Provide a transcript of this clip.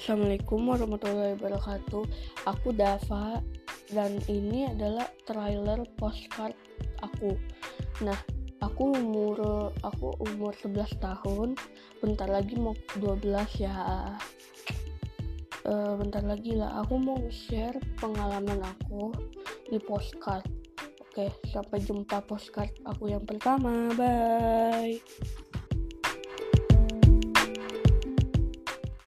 Assalamualaikum warahmatullahi wabarakatuh. Aku Dava dan ini adalah trailer postcard aku. Nah, aku umur 11 tahun. Bentar lagi mau 12 ya. Bentar lagi lah. Aku mau share pengalaman aku di postcard. Oke, sampai jumpa postcard aku yang pertama. Bye.